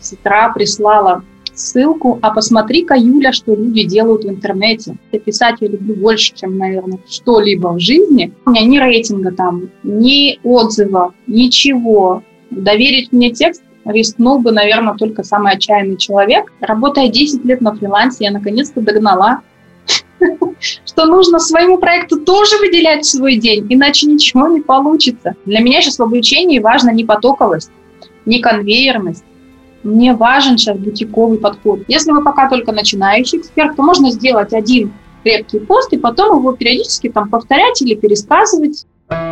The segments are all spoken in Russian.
с утра прислала ссылку, а посмотри-ка, Юля, что люди делают в интернете. Писать я люблю больше, чем, наверное, что-либо в жизни. У меня ни рейтинга там, ни отзыва, ничего. Доверить мне текст рискнул бы, наверное, только самый отчаянный человек. Работая 10 лет на фрилансе, я наконец-то догнала, что нужно своему проекту тоже выделять свой день, иначе ничего не получится. Для меня сейчас в обучении важна не потоковость, не конвейерность. Мне важен сейчас бутиковый подход. Если вы пока только начинающий эксперт, то можно сделать один крепкий пост и потом его периодически там повторять или пересказывать.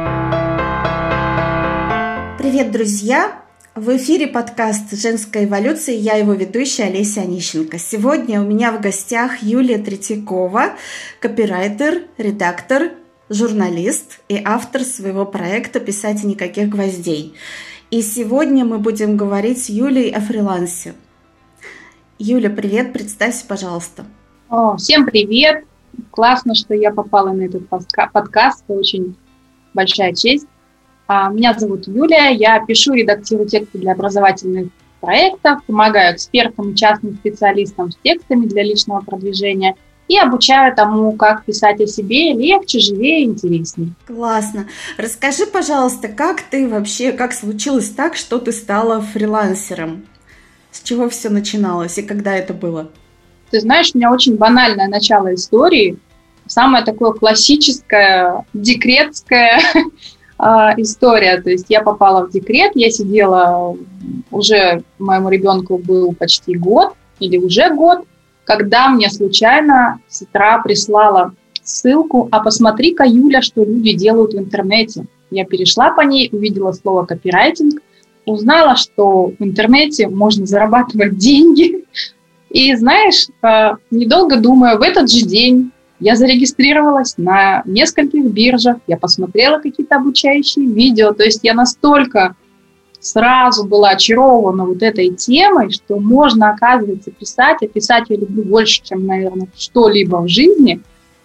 Привет, друзья! В эфире подкаст «Женская эволюция», я его ведущая Олеся Онищенко. Сегодня у меня в гостях Юлия Третьякова, копирайтер, редактор, журналист и автор своего проекта «Писать никаких гвоздей». И сегодня мы будем говорить с Юлей о фрилансе. Юля, привет, представься, пожалуйста. Всем привет! Классно, что я попала на этот подкаст, это очень большая честь. Меня зовут Юлия, я пишу и редактирую тексты для образовательных проектов, помогаю экспертам и частным специалистам с текстами для личного продвижения и обучаю тому, как писать о себе легче, живее, интереснее. Классно. Расскажи, пожалуйста, как случилось так, что ты стала фрилансером? С чего все начиналось и когда это было? Ты знаешь, у меня очень банальное начало истории, самое такое классическое, декретское история. То есть я попала в декрет, я сидела, уже моему ребенку был почти год или уже год, когда мне случайно сестра прислала ссылку, а посмотри-ка, Юля, что люди делают в интернете. Я перешла по ней, увидела слово копирайтинг, узнала, что в интернете можно зарабатывать деньги. И знаешь, недолго думая, в этот же день я зарегистрировалась на нескольких биржах, я посмотрела какие-то обучающие видео, то есть я настолько сразу была очарована вот этой темой, что можно, оказывается, писать, а писать я люблю больше, чем, наверное, что-либо в жизни.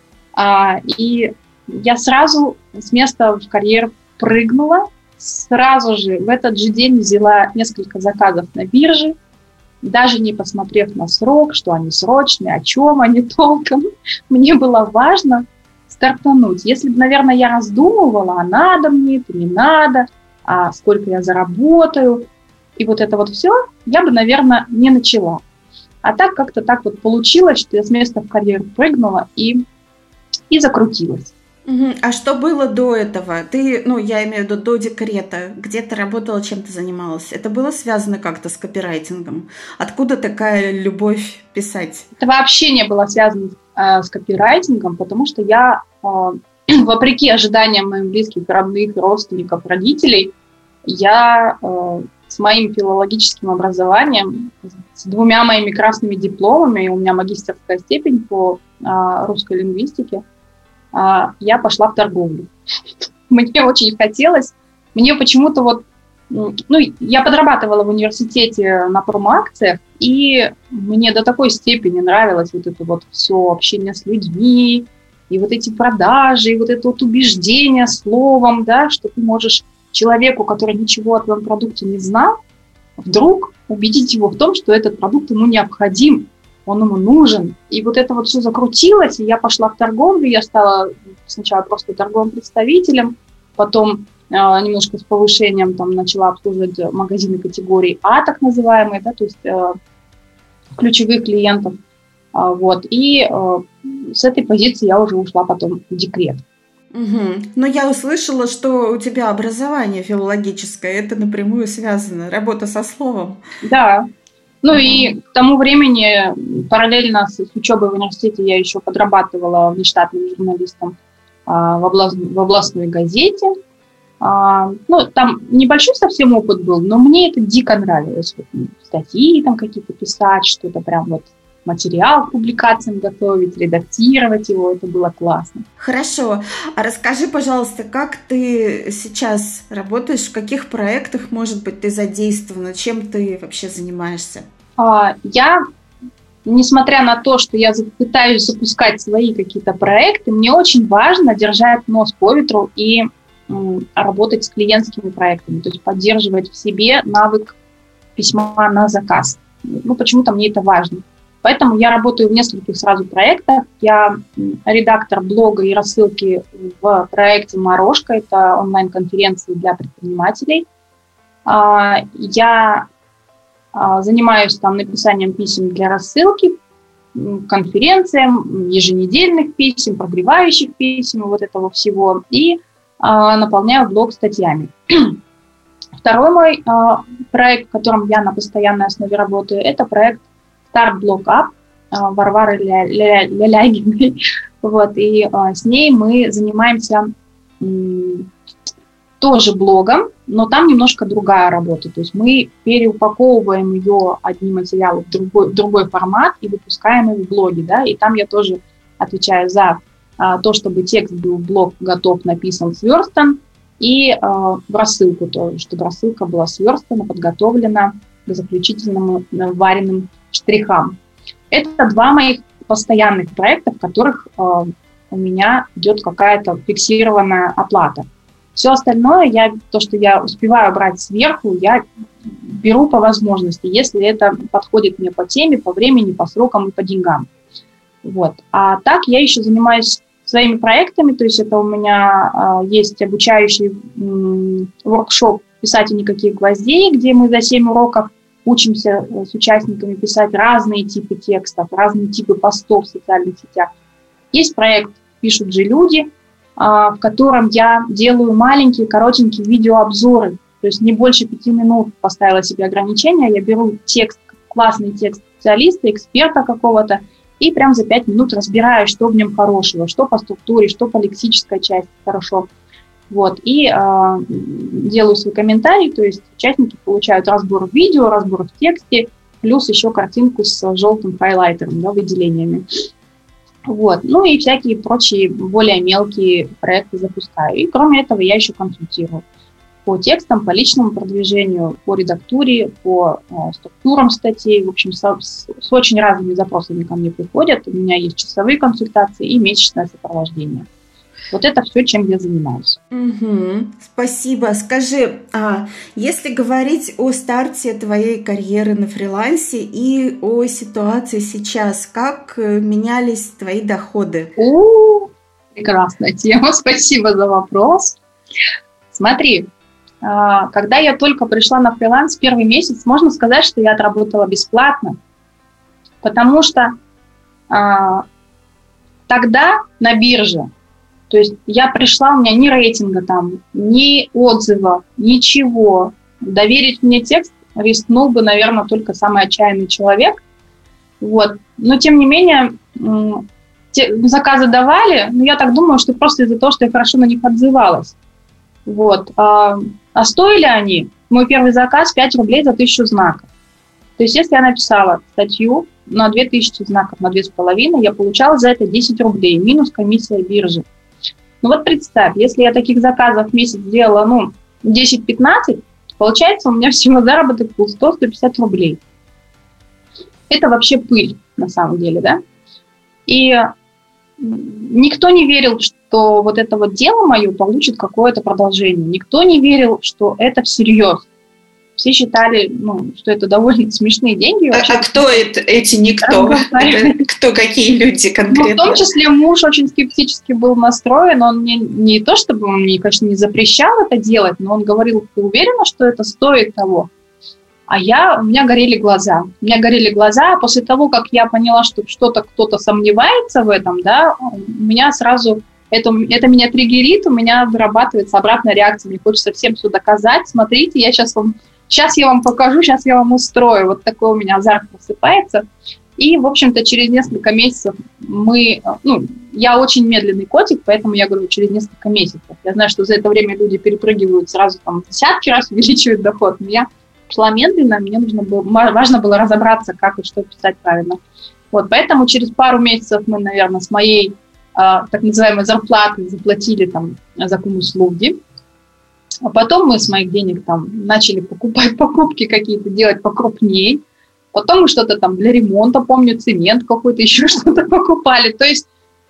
И я сразу с места в карьер прыгнула, сразу же в этот же день взяла несколько заказов на бирже, даже не посмотрев на срок, что они срочные, о чем они толком. Мне было важно стартануть. Если бы, наверное, я раздумывала, а надо мне это, не надо, а сколько я заработаю, и вот это вот все, я бы, наверное, не начала. А так как-то так вот получилось, что я с места в карьер прыгнула и закрутилась. А что было до этого? Я имею в виду до декрета, где ты работала, чем ты занималась? Это было связано как-то с копирайтингом? Откуда такая любовь писать? Это вообще не было связано с копирайтингом, потому что я, вопреки ожиданиям моих близких, родных, родственников, родителей, я с моим филологическим образованием, с 2 моими красными дипломами, у меня магистерская степень по русской лингвистике, я пошла в торговлю. Мне очень хотелось, мне почему-то я подрабатывала в университете на промо-акциях, и мне до такой степени нравилось вот это вот все общение с людьми, и вот эти продажи, и вот это вот убеждение словом, да, что ты можешь человеку, который ничего о твоем продукте не знал, вдруг убедить его в том, что этот продукт ему необходим, он ему нужен. И вот это вот все закрутилось, и я пошла в торговлю, я стала сначала просто торговым представителем, потом немножко с повышением там начала обслуживать магазины категории А, так называемые, да, то есть ключевых клиентов. И с этой позиции я уже ушла потом в декрет. Но я услышала, что у тебя образование филологическое, это напрямую связано, работа со словом. Да. И к тому времени параллельно с учебой в университете я еще подрабатывала внештатным журналистом в областной газете. Там небольшой совсем опыт был, но мне это дико нравилось. Статьи там какие-то писать, что-то прям вот материал к публикациям готовить, редактировать его, это было классно. Хорошо. А расскажи, пожалуйста, как ты сейчас работаешь, в каких проектах, может быть, ты задействована, чем ты вообще занимаешься? Я, несмотря на то, что я пытаюсь запускать свои какие-то проекты, мне очень важно держать нос по ветру и работать с клиентскими проектами, то есть поддерживать в себе навык письма на заказ. Ну, почему-то мне это важно. Поэтому я работаю в нескольких сразу проектах. Я редактор блога и рассылки в проекте «Морошка». Это онлайн-конференции для предпринимателей. Я занимаюсь там написанием писем для рассылки, конференциям, еженедельных писем, прогревающих писем, вот этого всего. И наполняю блог статьями. Второй мой проект, в котором я на постоянной основе работаю, это проект Start Blog Up Варвары Лялягиной. Вот, и с ней мы занимаемся тоже блогом, но там немножко другая работа. То есть мы переупаковываем ее одни материалы в другой формат и выпускаем их в блоге. Да? И там я тоже отвечаю за то, чтобы текст был блог готов, написан, сверстан, и в рассылку тоже, чтобы рассылка была сверстана, подготовлена к заключительным вареным штрихам. Это два моих постоянных проекта, в которых у меня идет какая-то фиксированная оплата. Все остальное, то, что я успеваю брать сверху, я беру по возможности, если это подходит мне по теме, по времени, по срокам и по деньгам. Вот. А так я еще занимаюсь своими проектами, то есть это у меня есть обучающий воркшоп «Писать и никаких гвоздей», где мы за 7 уроков учимся с участниками писать разные типы текстов, разные типы постов в социальных сетях. Есть проект «Пишут же люди», в котором я делаю маленькие, коротенькие видеообзоры, то есть не больше 5 минут поставила себе ограничения, я беру текст, классный текст специалиста, эксперта какого-то, и прям за 5 минут разбираю, что в нем хорошего, что по структуре, что по лексической части хорошо. Вот, и делаю свой комментарий, то есть участники получают разбор в видео, разбор в тексте, плюс еще картинку с желтым хайлайтером, да, выделениями. Вот. Ну и всякие прочие более мелкие проекты запускаю. И кроме этого я еще консультирую по текстам, по личному продвижению, по редактуре, по структурам статей. В общем, с очень разными запросами ко мне приходят. У меня есть часовые консультации и месячное сопровождение. Вот это все, чем я занимаюсь. Угу. Спасибо. Скажи, если говорить о старте твоей карьеры на фрилансе и о ситуации сейчас, как менялись твои доходы? Прекрасная тема. Спасибо за вопрос. Смотри, когда я только пришла на фриланс, первый месяц, можно сказать, что я отработала бесплатно, потому что тогда на бирже, то есть я пришла, у меня ни рейтинга там, ни отзыва, ничего. Доверить мне текст рискнул бы, наверное, только самый отчаянный человек. Вот. Но, тем не менее, заказы давали, но я так думаю, что просто из-за того, что я хорошо на них отзывалась. Вот. А стоили они, мой первый заказ, 5 рублей за 1000 знаков. То есть если я написала статью на 2000 знаков, на 2,5, я получала за это 10 рублей, минус комиссия биржи. Ну вот представь, если я таких заказов в месяц сделала, 10-15, получается у меня всего заработок был 100-150 рублей. Это вообще пыль, на самом деле, да? И никто не верил, что вот это вот дело мое получит какое-то продолжение. Никто не верил, что это всерьез. Все считали, что это довольно смешные деньги. А кто эти никто? Кто, какие люди конкретно? В том числе муж очень скептически был настроен. Он мне не то, чтобы он мне, конечно, не запрещал это делать, но он говорил: ты уверена, что это стоит того? А у меня горели глаза. У меня горели глаза, а после того, как я поняла, что что-то кто-то сомневается в этом, да, у меня сразу это меня триггерит, у меня вырабатывается обратная реакция. Мне хочется всем все доказать. Смотрите, сейчас я вам покажу, сейчас я вам устрою. Вот такой у меня азарт просыпается. И, в общем-то, через несколько месяцев я очень медленный котик, поэтому я говорю, через несколько месяцев. Я знаю, что за это время люди перепрыгивают сразу в десятки раз, увеличивают доход. Но я шла медленно, мне важно было разобраться, как и что писать правильно. Вот, поэтому через пару месяцев мы, наверное, с моей так называемой зарплаты заплатили за услуги. А потом мы с моих денег начали покупать покупки какие-то, делать покрупнее. Потом мы что-то для ремонта, помню, цемент какой-то, еще что-то покупали. То есть,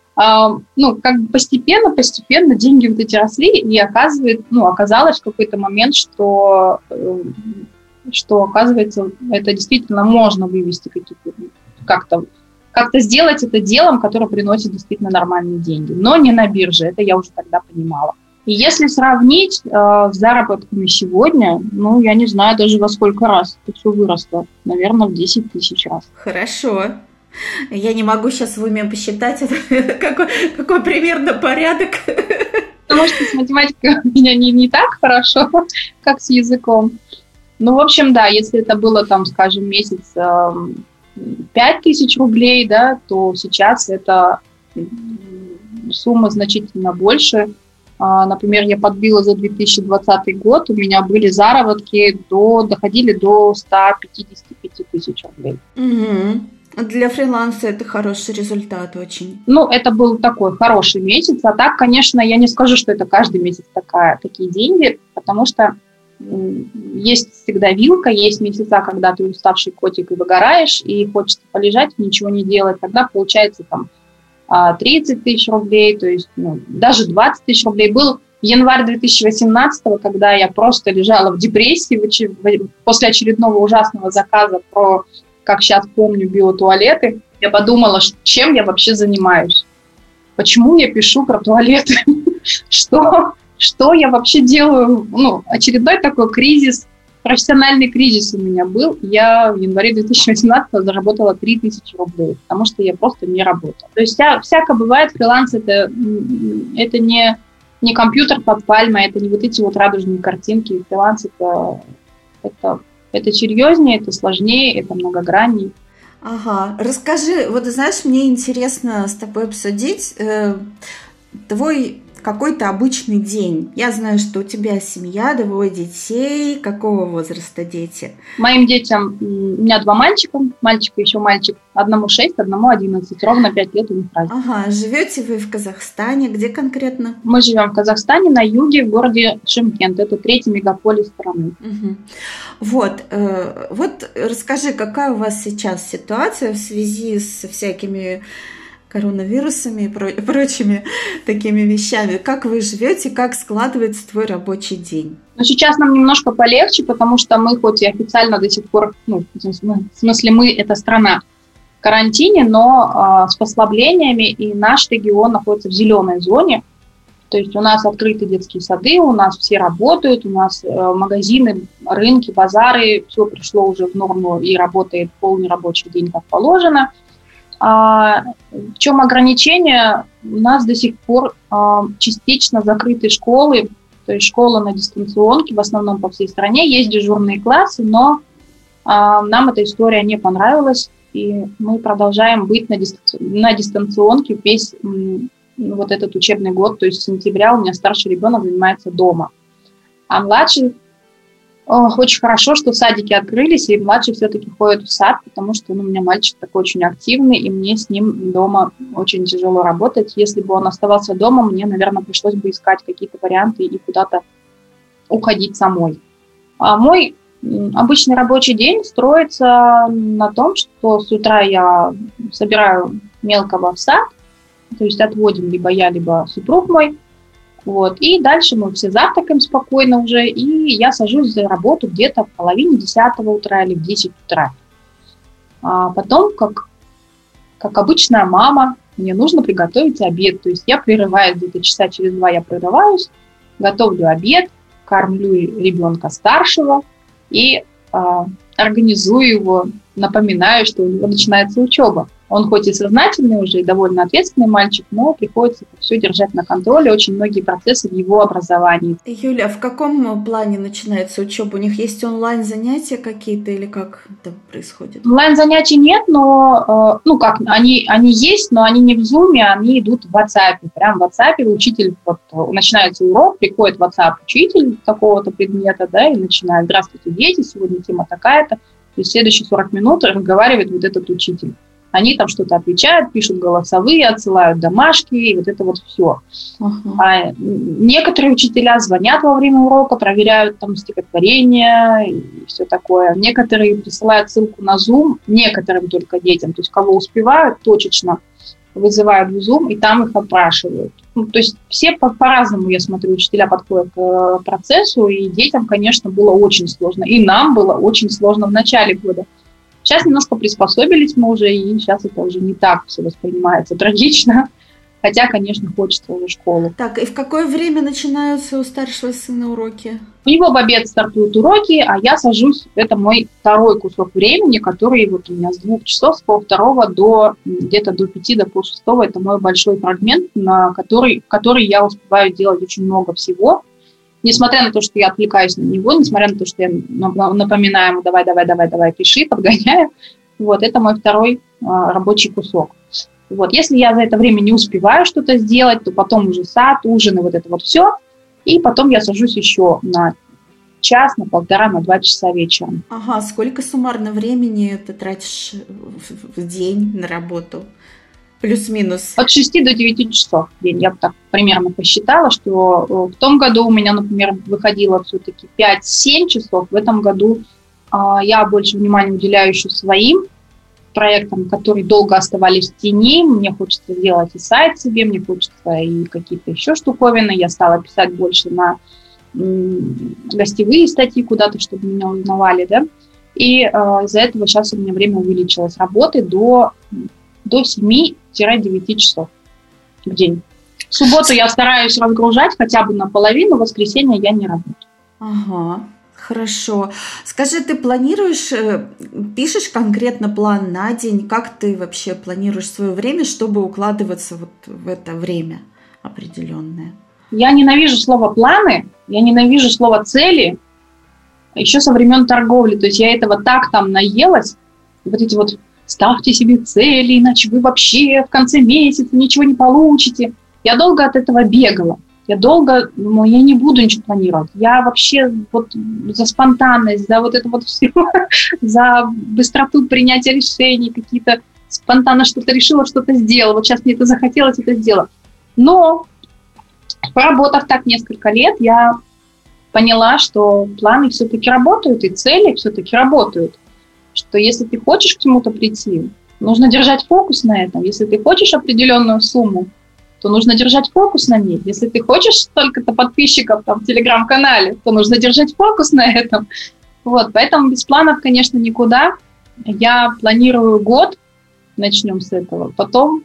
постепенно деньги вот эти росли, и оказалось в какой-то момент, что что, оказывается, это действительно можно вывести как-то сделать это делом, которое приносит действительно нормальные деньги, но не на бирже, это я уже тогда понимала. И если сравнить с заработками сегодня, я не знаю даже во сколько раз это все выросло, наверное, в 10 тысяч раз. Хорошо. Я не могу сейчас в уме посчитать, какой примерно порядок. Потому что с математикой у меня не так хорошо, как с языком. В общем, да, если это было, скажем, месяц 5 тысяч рублей, да, то сейчас это сумма значительно больше. Например, я подбила за 2020 год, у меня были заработки, доходили до 155 тысяч рублей. Угу. Для фриланса это хороший результат очень. Это был такой хороший месяц, а так, конечно, я не скажу, что это каждый месяц такие деньги, потому что есть всегда вилка, есть месяца, когда ты уставший котик и выгораешь, и хочется полежать, ничего не делать, тогда получается 30 тысяч рублей, то есть даже 20 тысяч рублей. Был январь 2018, когда я просто лежала в депрессии после очередного ужасного заказа про, как сейчас помню, биотуалеты. Я подумала, чем я вообще занимаюсь, почему я пишу про туалеты, что я вообще делаю. Очередной такой кризис, профессиональный кризис у меня был. Я в январе 2018 заработала 3000 рублей, потому что я просто не работала. То есть всяко бывает, фриланс это не компьютер под пальмой, это не вот эти вот радужные картинки. Фриланс это серьезнее, это сложнее, это многограннее. Ага, расскажи, знаешь, мне интересно с тобой обсудить твой какой-то обычный день. Я знаю, что у тебя семья, 2 детей. Какого возраста дети? Моим детям, у меня 2 мальчика. Мальчик и еще мальчик. Одному 6, одному 11. Ровно 5 лет у них разница. Ага, живете вы в Казахстане? Где конкретно? Мы живем в Казахстане, на юге, в городе Шымкент. Это 3-й мегаполис страны. Угу. Вот расскажи, какая у вас сейчас ситуация в связи с всякими коронавирусами и прочими такими вещами. Как вы живете, как складывается твой рабочий день? Сейчас нам немножко полегче, потому что мы хоть и официально до сих пор, в смысле мы, это страна, в карантине, но с послаблениями, и наш регион находится в зеленой зоне. То есть у нас открыты детские сады, у нас все работают, у нас магазины, рынки, базары, все пришло уже в норму и работает полный рабочий день, как положено. В чем ограничение? У нас до сих пор частично закрыты школы, то есть школа на дистанционке, в основном по всей стране, есть дежурные классы, но нам эта история не понравилась, и мы продолжаем быть на дистанционке весь вот этот учебный год, то есть с сентября у меня старший ребенок занимается дома, а младший очень хорошо, что садики открылись, и младший все-таки ходит в сад, потому что у меня мальчик такой очень активный, и мне с ним дома очень тяжело работать. Если бы он оставался дома, мне, наверное, пришлось бы искать какие-то варианты и куда-то уходить самой. А мой обычный рабочий день строится на том, что с утра я собираю мелкого в сад, то есть отводим либо я, либо супруг мой. И дальше мы все завтракаем спокойно уже, и я сажусь за работу где-то в половине 10 утра или в 10 утра. А потом, как обычная мама, мне нужно приготовить обед. То есть я прерываюсь где-то часа через 2, я прерываюсь, готовлю обед, кормлю ребенка старшего и организую его, напоминаю, что у него начинается учеба. Он хоть и сознательный уже, и довольно ответственный мальчик, но приходится все держать на контроле, очень многие процессы в его образовании. Юля, в каком плане начинается учеба? У них есть онлайн-занятия какие-то или как это происходит? Онлайн-занятий нет, но они есть, но они не в Zoom, они идут в WhatsApp. Прям в WhatsApp учитель, начинается урок, приходит в WhatsApp учитель какого-то предмета, да, и начинает: здравствуйте, дети, сегодня тема такая-то. То есть следующие 40 минут разговаривает вот этот учитель. Они там что-то отвечают, пишут голосовые, отсылают домашки, и вот это вот все. Uh-huh. Некоторые учителя звонят во время урока, проверяют там стихотворение и все такое. Некоторые присылают ссылку на Zoom, некоторым только детям, то есть кого успевают точечно. вызывают в Zoom, и там их опрашивают. Ну, то есть все по-разному, я смотрю, учителя подходят к процессу, и детям, конечно, было очень сложно. И нам было очень сложно в начале года. Сейчас немножко приспособились мы уже, и сейчас это уже не так все воспринимается трагично. Хотя, конечно, хочется уже школу. Так, и в какое время начинаются у старшего сына уроки? У него в обед стартуют уроки, а я сажусь, это мой второй кусок времени, который вот у меня с 2 часов, с полвторого до где-то до 5, до полшестого. Это мой большой фрагмент, на который я успеваю делать очень много всего. Несмотря на то, что я отвлекаюсь на него, несмотря на то, что я напоминаю ему, давай, пиши, подгоняю. Вот, это мой второй рабочий кусок. Вот, если я за это время не успеваю что-то сделать, то потом уже сад, ужин и вот это вот все. И потом я сажусь еще на час, на полтора, на 2 часа вечером. Ага, сколько суммарно времени ты тратишь в день на работу? Плюс-минус. От 6 до 9 часов в день. Я так примерно посчитала, что в том году у меня, например, выходило все-таки 5-7 часов. В этом году я больше внимания уделяю еще своим проектам, которые долго оставались в тени. Мне хочется сделать и сайт себе, мне хочется и какие-то еще штуковины. Я стала писать больше на гостевые статьи куда-то, чтобы меня узнавали, да. И из-за этого сейчас у меня время увеличилось работы до 7-9 часов в день. В субботу я стараюсь разгружать хотя бы наполовину, в воскресенье я не работаю. Ага. Хорошо. Скажи, ты планируешь, пишешь конкретно план на день? Как ты вообще планируешь свое время, чтобы укладываться вот в это время определенное? Я ненавижу слово «планы», я ненавижу слово «цели», еще со времен торговли. То есть я этого так там наелась. Вот эти вот «ставьте себе цели, иначе вы вообще в конце месяца ничего не получите». Я долго от этого бегала. Я долго думала, я не буду ничего планировать. Я вообще вот за спонтанность, за вот это вот все, за быстроту принятия решений, какие-то спонтанно что-то решила, что-то сделала. Вот сейчас мне это захотелось, это сделала. Но поработав так несколько лет, я поняла, что планы все-таки работают, и цели все-таки работают. Что если ты хочешь к чему-то прийти, нужно держать фокус на этом. Если ты хочешь определенную сумму, то нужно держать фокус на ней. Если ты хочешь столько-то подписчиков там, в Телеграм-канале, то нужно держать фокус на этом. Вот, поэтому без планов, конечно, никуда. Я планирую год, начнем с этого. Потом,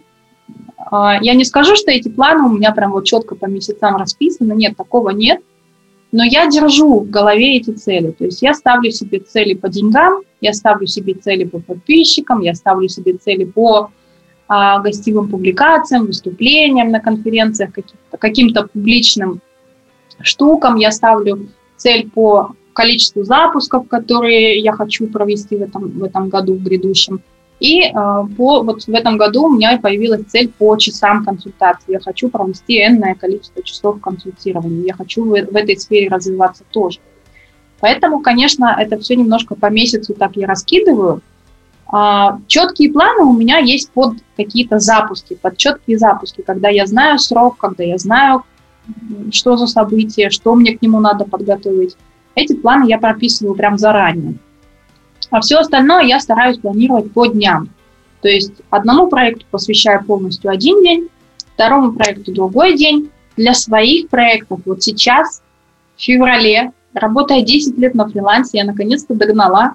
я не скажу, что эти планы у меня прям вот четко по месяцам расписаны. Нет, такого нет. Но я держу в голове эти цели. То есть я ставлю себе цели по деньгам, я ставлю себе цели по подписчикам, я ставлю себе цели по гостевым публикациям, выступлениям на конференциях, каким-то публичным штукам. Я ставлю цель по количеству запусков, которые я хочу провести в этом году, в грядущем. И вот в этом году у меня появилась цель по часам консультации. Я хочу провести энное количество часов консультирования. Я хочу в этой сфере развиваться тоже. Поэтому, конечно, это все немножко по месяцу так я раскидываю. Четкие планы у меня есть под какие-то запуски, под четкие запуски, когда я знаю срок, когда я знаю, что за событие, что мне к нему надо подготовить. Эти планы я прописываю прям заранее. А все остальное я стараюсь планировать по дням. То есть одному проекту посвящаю полностью один день, второму проекту другой день. Для своих проектов вот сейчас, в феврале, работая 10 лет на фрилансе, я наконец-то догнала,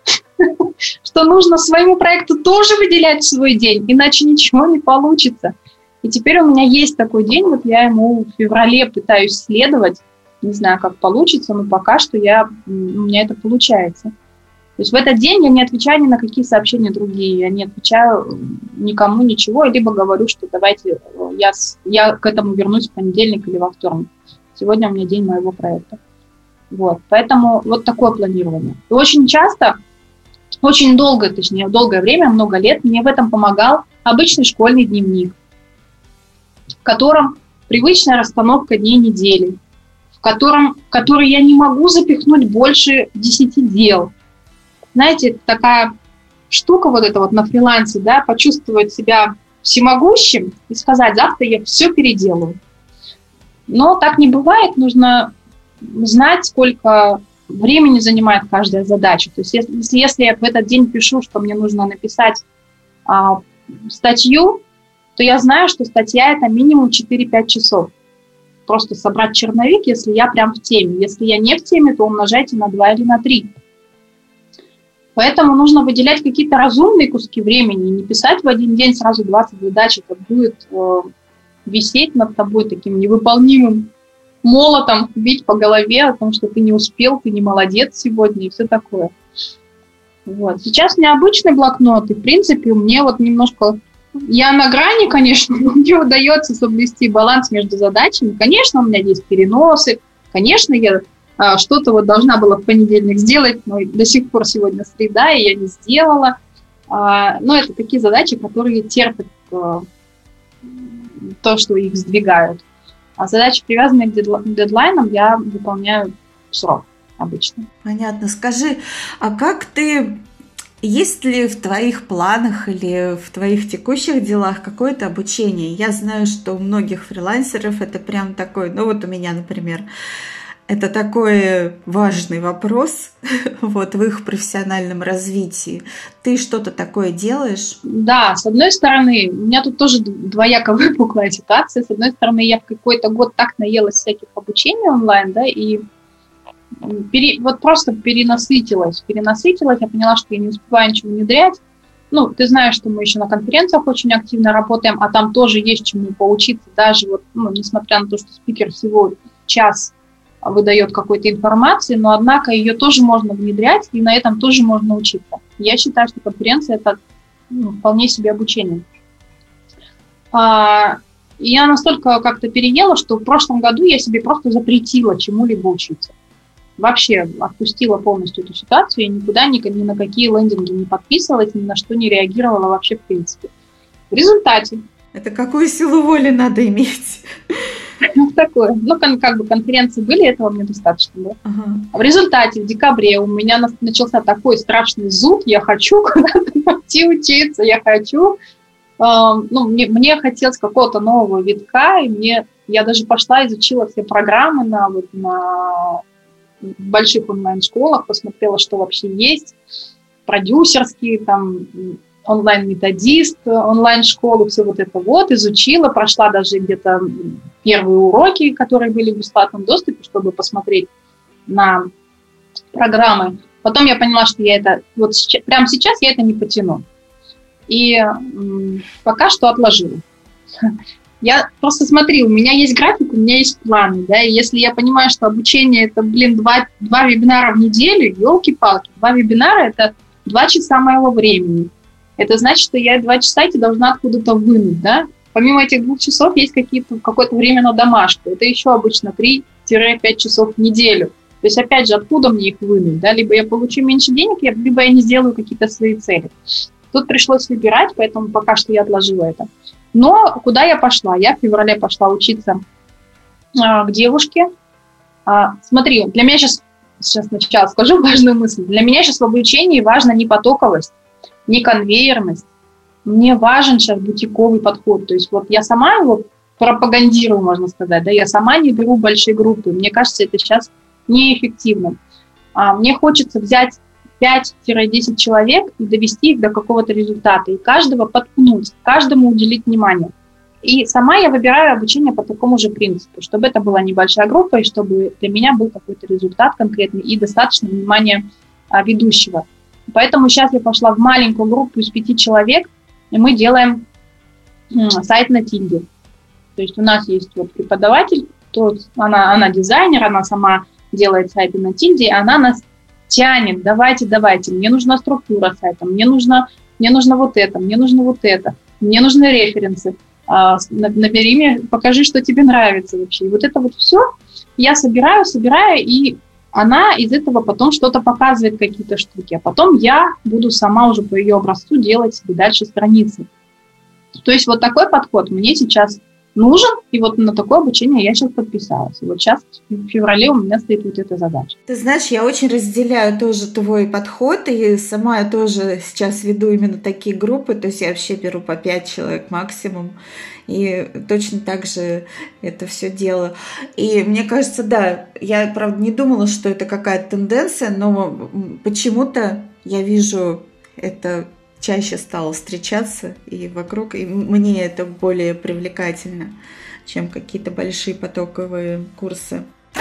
что нужно своему проекту тоже выделять свой день, иначе ничего не получится. И теперь у меня есть такой день, вот я ему в феврале пытаюсь следовать, не знаю, как получится, но пока что у меня это получается. То есть в этот день я не отвечаю ни на какие сообщения другие, я не отвечаю никому ничего, либо говорю, что давайте я к этому вернусь в понедельник или во вторник. Сегодня у меня день моего проекта. Вот, поэтому вот такое планирование. И очень часто, очень долгое время, много лет мне в этом помогал обычный школьный дневник, в котором привычная расстановка дней недели, в который я не могу запихнуть больше 10 дел. Знаете, это такая штука вот эта вот на фрилансе, да, почувствовать себя всемогущим и сказать, завтра я все переделаю. Но так не бывает, нужно знать, сколько времени занимает каждая задача. То есть если я в этот день пишу, что мне нужно написать статью, то я знаю, что статья – это минимум 4-5 часов. Просто собрать черновик, если я прям в теме. Если я не в теме, то умножайте на 2 или на 3. Поэтому нужно выделять какие-то разумные куски времени, не писать в один день сразу 20 задач. Это будет висеть над тобой таким невыполнимым молотом, бить по голове о том, что ты не успел, ты не молодец сегодня и все такое. Вот. Сейчас необычный блокнот, и в принципе мне вот немножко... Я на грани, конечно, но мне удается соблюсти баланс между задачами. Конечно, у меня есть переносы, конечно, я что-то вот должна была в понедельник сделать, но до сих пор сегодня среда, и я не сделала. Но это такие задачи, которые терпят то, что их сдвигают. А задачи, привязанные к дедлайнам, я выполняю в срок обычно. Понятно. Скажи, а как ты... Есть ли в твоих планах или в твоих текущих делах какое-то обучение? Я знаю, что у многих фрилансеров это прям такой, ну вот у меня, например, это такой важный вопрос вот, в их профессиональном развитии. Ты что-то такое делаешь? Да, с одной стороны, у меня тут тоже двояко выпуклая ситуация. С одной стороны, я в какой-то год так наелась всяких обучений онлайн, да, и вот просто перенасытилась. Я поняла, что я не успеваю ничего внедрять. Ну, ты знаешь, что мы еще на конференциях очень активно работаем, а там тоже есть чему поучиться, даже вот, ну, несмотря на то, что спикер всего час выдает какой-то информации, но, однако, ее тоже можно внедрять, и на этом тоже можно учиться. Я считаю, что конференция – это вполне себе обучение. И я настолько как-то переела, что в прошлом году я себе просто запретила чему-либо учиться. Вообще отпустила полностью эту ситуацию, я никуда ни на какие лендинги не подписывалась, ни на что не реагировала вообще в принципе. В результате... Это какую силу воли надо иметь? Такое. Ну, как бы конференции были, этого мне достаточно было. В результате в декабре у меня начался такой страшный зуд, я хочу куда-то пойти учиться, я хочу... мне хотелось какого-то нового витка, и я даже пошла, изучила все программы на больших онлайн-школах, посмотрела, что вообще есть, продюсерские, там, онлайн-методист, онлайн-школу, все вот это вот, изучила, прошла даже где-то первые уроки, которые были в бесплатном доступе, чтобы посмотреть на программы. Потом я поняла, что я это, вот прямо сейчас я это не потяну. И пока что отложила. Я просто смотри, у меня есть график, у меня есть планы, да, и если я понимаю, что обучение это, два вебинара в неделю, елки-палки, 2 вебинара это 2 часа моего времени. Это значит, что я 2 часа эти должна откуда-то вынуть, да. Помимо этих 2 часов есть какое-то время на домашку. Это еще обычно 3-5 часов в неделю. То есть, опять же, откуда мне их вынуть, да, либо я получу меньше денег, либо я не сделаю какие-то свои цели. Тут пришлось выбирать, поэтому пока что я отложила это. Но куда я пошла? Я в феврале пошла учиться к девушке. Смотри, для меня сейчас сначала скажу важную мысль. Для меня сейчас в обучении важна не потоковость, не конвейерность. Мне важен сейчас бутиковый подход. То есть вот я сама его пропагандирую, можно сказать. Да, я сама не беру большие группы. Мне кажется, это сейчас неэффективно. Мне хочется взять 5-10 человек и довести их до какого-то результата, и каждого подпнуть, каждому уделить внимание. И сама я выбираю обучение по такому же принципу, чтобы это была небольшая группа, и чтобы для меня был какой-то результат конкретный и достаточно внимания ведущего. Поэтому сейчас я пошла в маленькую группу из 5 человек, и мы делаем сайт на Тильде. То есть у нас есть вот преподаватель, она дизайнер, она сама делает сайты на Тильде, и она нас тянет, давайте, мне нужна структура сайта, мне нужно вот это, мне нужны референсы, набери мне, покажи, что тебе нравится вообще. И вот это вот все я собираю, и она из этого потом что-то показывает, какие-то штуки, а потом я буду сама уже по ее образцу делать себе дальше страницы. То есть вот такой подход мне сейчас нужен, и вот на такое обучение я сейчас подписалась. И вот сейчас в феврале у меня стоит вот эта задача. Ты знаешь, я очень разделяю тоже твой подход, и сама я тоже сейчас веду именно такие группы, то есть я вообще беру по 5 человек максимум, и точно так же это все делаю. И мне кажется, да, я, правда, не думала, что это какая-то тенденция, но почему-то я вижу это чаще стала встречаться и вокруг, и мне это более привлекательно, чем какие-то большие потоковые курсы.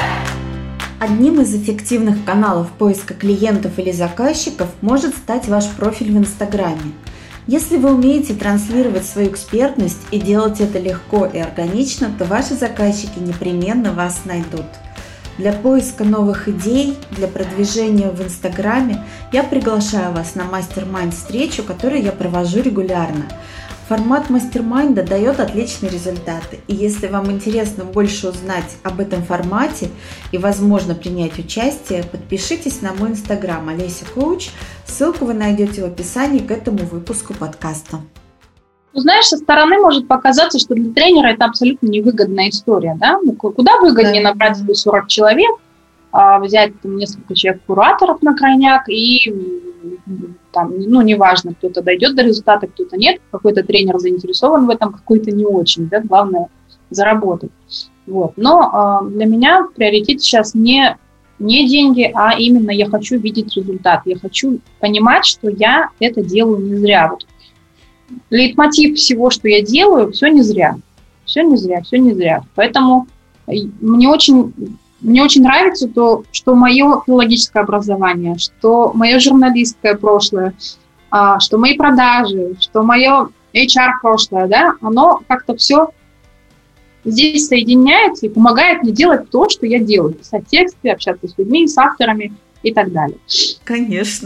Одним из эффективных каналов поиска клиентов или заказчиков может стать ваш профиль в Инстаграме. Если вы умеете транслировать свою экспертность и делать это легко и органично, то ваши заказчики непременно вас найдут. Для поиска новых идей, для продвижения в Инстаграме я приглашаю вас на мастер-майнд-встречу, которую я провожу регулярно. Формат мастер-майнда дает отличные результаты, и если вам интересно больше узнать об этом формате и, возможно, принять участие, подпишитесь на мой инстаграм Олеся Коуч, ссылку вы найдете в описании к этому выпуску подкаста. Знаешь, со стороны может показаться, что для тренера это абсолютно невыгодная история, да? Куда выгоднее набрать себе 40 человек, взять там несколько человек-кураторов на крайняк и там, неважно, кто-то дойдет до результата, кто-то нет, какой-то тренер заинтересован в этом, какой-то не очень, да, главное заработать. Вот. Но для меня в приоритете сейчас не деньги, а именно я хочу видеть результат, я хочу понимать, что я это делаю не зря. Вот. Лейтмотив всего, что я делаю, все не зря. Все не зря. Поэтому мне очень нравится то, что мое филологическое образование, что мое журналистское прошлое, что мои продажи, что мое HR-прошлое, да, оно как-то все здесь соединяется и помогает мне делать то, что я делаю. Писать тексты, общаться с людьми, с авторами и так далее. Конечно,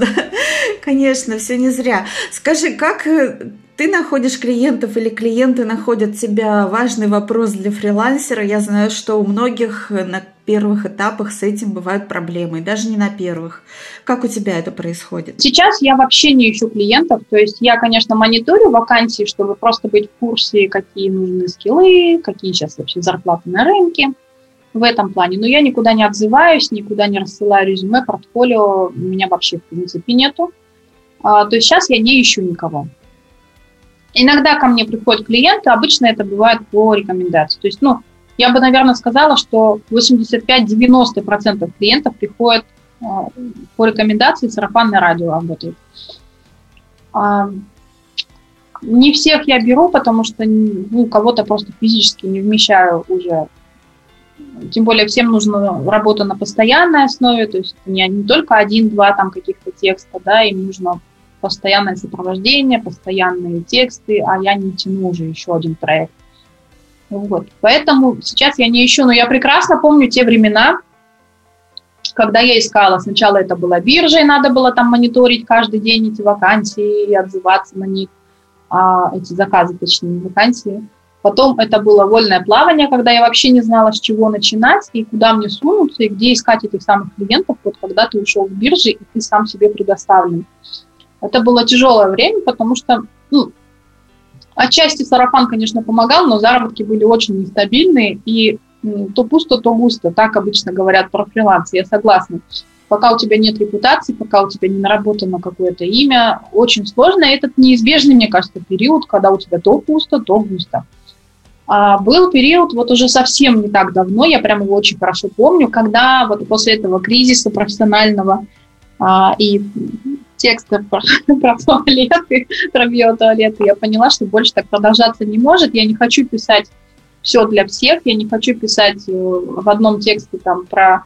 все не зря. Скажи, как ты находишь клиентов или клиенты находят тебя? Важный вопрос для фрилансера. Я знаю, что у многих на первых этапах с этим бывают проблемы, и даже не на первых. Как у тебя это происходит? Сейчас я вообще не ищу клиентов, то есть я, конечно, мониторю вакансии, чтобы просто быть в курсе, какие нужны скиллы, какие сейчас вообще зарплаты на рынке в этом плане. Но я никуда не отзываюсь, никуда не рассылаю резюме, портфолио у меня вообще в принципе нету. То есть сейчас я не ищу никого. Иногда ко мне приходят клиенты, обычно это бывает по рекомендации. То есть, я бы, наверное, сказала, что 85-90% клиентов приходят по рекомендации, сарафанное радио работает. Не всех я беру, потому что кого-то просто физически не вмещаю уже. Тем более всем нужна работа на постоянной основе, то есть не только один-два там каких-то текста, да, им нужно постоянное сопровождение, постоянные тексты, а я не тяну уже еще один проект. Вот. Поэтому сейчас я не ищу, но я прекрасно помню те времена, когда я искала. Сначала это была биржа, и надо было там мониторить каждый день эти вакансии и отзываться на них, эти заказы, точнее, вакансии. Потом это было вольное плавание, когда я вообще не знала, с чего начинать, и куда мне сунуться, и где искать этих самых клиентов, вот когда ты ушел в биржи, и ты сам себе предоставлен. Это было тяжелое время, потому что, отчасти сарафан, конечно, помогал, но заработки были очень нестабильные, и то пусто, то густо, так обычно говорят про фриланс, я согласна. Пока у тебя нет репутации, пока у тебя не наработано какое-то имя, очень сложно. Этот неизбежный, мне кажется, период, когда у тебя то пусто, то густо. Был период, вот уже совсем не так давно, я прям его очень хорошо помню, когда вот после этого кризиса профессионального и текста про туалеты, про биотуалеты, я поняла, что больше так продолжаться не может. Я не хочу писать все для всех, я не хочу писать в одном тексте там про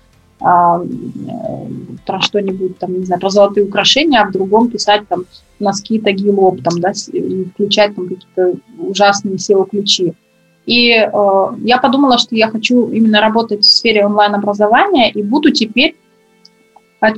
что-нибудь, там, не знаю, про золотые украшения, а в другом писать там носки, таги, лоб, там, да, и включать там какие-то ужасные SEO-ключи. И я подумала, что я хочу именно работать в сфере онлайн-образования и буду теперь от